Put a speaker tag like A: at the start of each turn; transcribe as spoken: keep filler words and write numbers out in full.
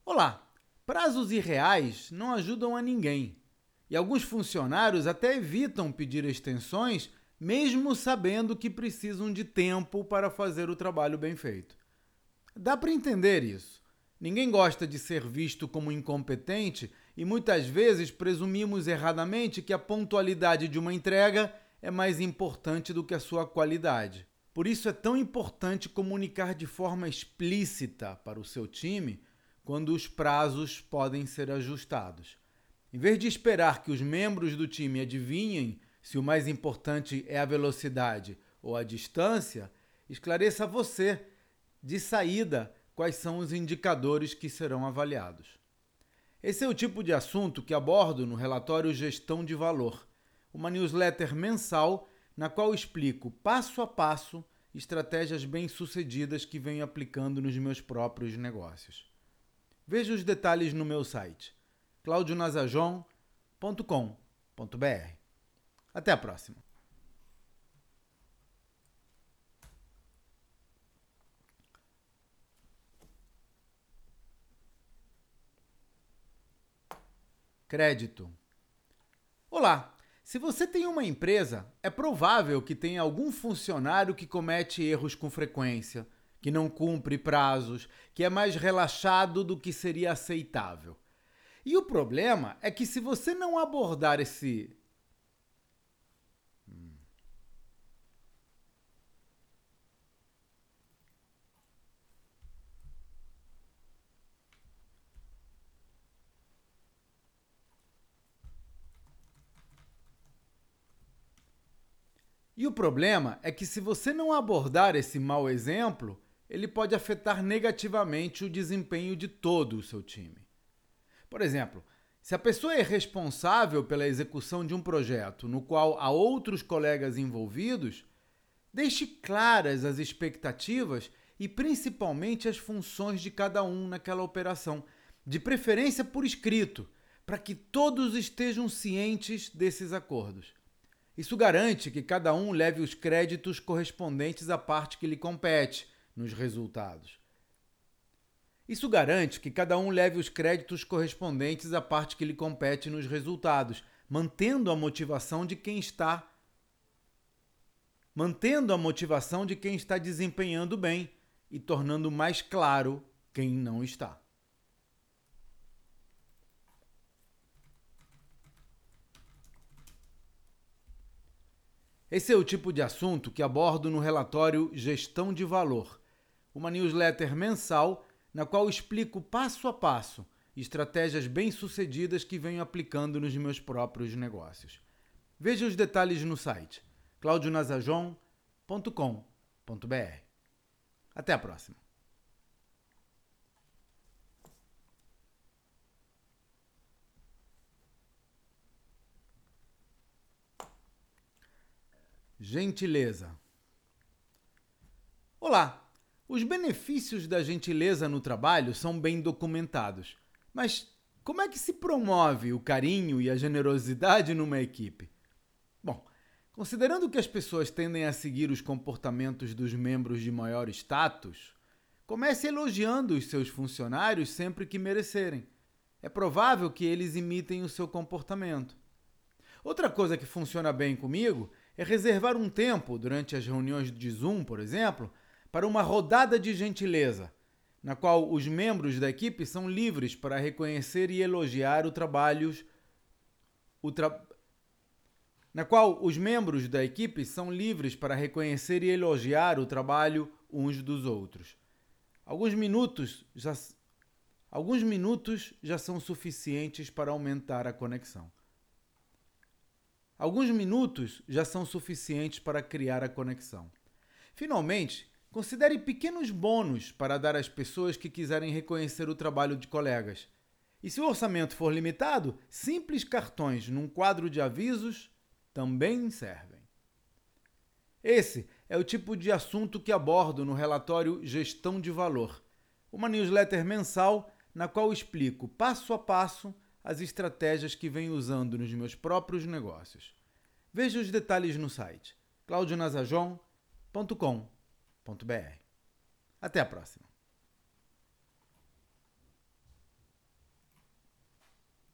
A: Olá! Prazos irreais não ajudam a ninguém. E alguns funcionários até evitam pedir extensões, mesmo sabendo que precisam de tempo para fazer o trabalho bem feito. Dá para entender isso. Ninguém gosta de ser visto como incompetente e muitas vezes presumimos erradamente que a pontualidade de uma entrega é mais importante do que a sua qualidade. Por isso é tão importante comunicar de forma explícita para o seu time quando os prazos podem ser ajustados. Em vez de esperar que os membros do time adivinhem se o mais importante é a velocidade ou a distância, esclareça você, de saída, quais são os indicadores que serão avaliados. Esse é o tipo de assunto que abordo no relatório Gestão de Valor, uma newsletter mensal na qual explico passo a passo estratégias bem-sucedidas que venho aplicando nos meus próprios negócios. Veja os detalhes no meu site, claudio nazajon ponto com ponto br. Até a próxima! Crédito. Olá! Se você tem uma empresa, é provável que tenha algum funcionário que comete erros com frequência, que não cumpre prazos, que é mais relaxado do que seria aceitável. E o problema é que se você não abordar esse... E o problema é que se você não abordar esse mau exemplo, ele pode afetar negativamente o desempenho de todo o seu time. Por exemplo, se a pessoa é responsável pela execução de um projeto no qual há outros colegas envolvidos, deixe claras as expectativas e principalmente as funções de cada um naquela operação, de preferência por escrito, para que todos estejam cientes desses acordos. Isso garante que cada um leve os créditos correspondentes à parte que lhe compete nos resultados. Isso garante que cada um leve os créditos correspondentes à parte que lhe compete nos resultados, mantendo a motivação de quem está mantendo a motivação de quem está desempenhando bem e tornando mais claro quem não está. Esse é o tipo de assunto que abordo no relatório Gestão de Valor, uma newsletter mensal na qual explico passo a passo estratégias bem-sucedidas que venho aplicando nos meus próprios negócios. Veja os detalhes no site claudio nazajon ponto com ponto br. Até a próxima! Gentileza. Olá! Os benefícios da gentileza no trabalho são bem documentados, mas como é que se promove o carinho e a generosidade numa equipe? Bom, considerando que as pessoas tendem a seguir os comportamentos dos membros de maior status, comece elogiando os seus funcionários sempre que merecerem. É provável que eles imitem o seu comportamento. Outra coisa que funciona bem comigo é reservar um tempo, durante as reuniões de Zoom, por exemplo, para uma rodada de gentileza, na qual os membros da equipe são livres para reconhecer e elogiar o trabalho, o tra... na qual os membros da equipe são livres para reconhecer e elogiar o trabalho uns dos outros. Alguns minutos já, Alguns minutos já são suficientes para aumentar a conexão. Alguns minutos já são suficientes para criar a conexão. Finalmente, considere pequenos bônus para dar às pessoas que quiserem reconhecer o trabalho de colegas. E se o orçamento for limitado, simples cartões num quadro de avisos também servem. Esse é o tipo de assunto que abordo no relatório Gestão de Valor, uma newsletter mensal na qual explico passo a passo as estratégias que venho usando nos meus próprios negócios. Veja os detalhes no site claudio nazajon ponto com ponto br. Até a próxima!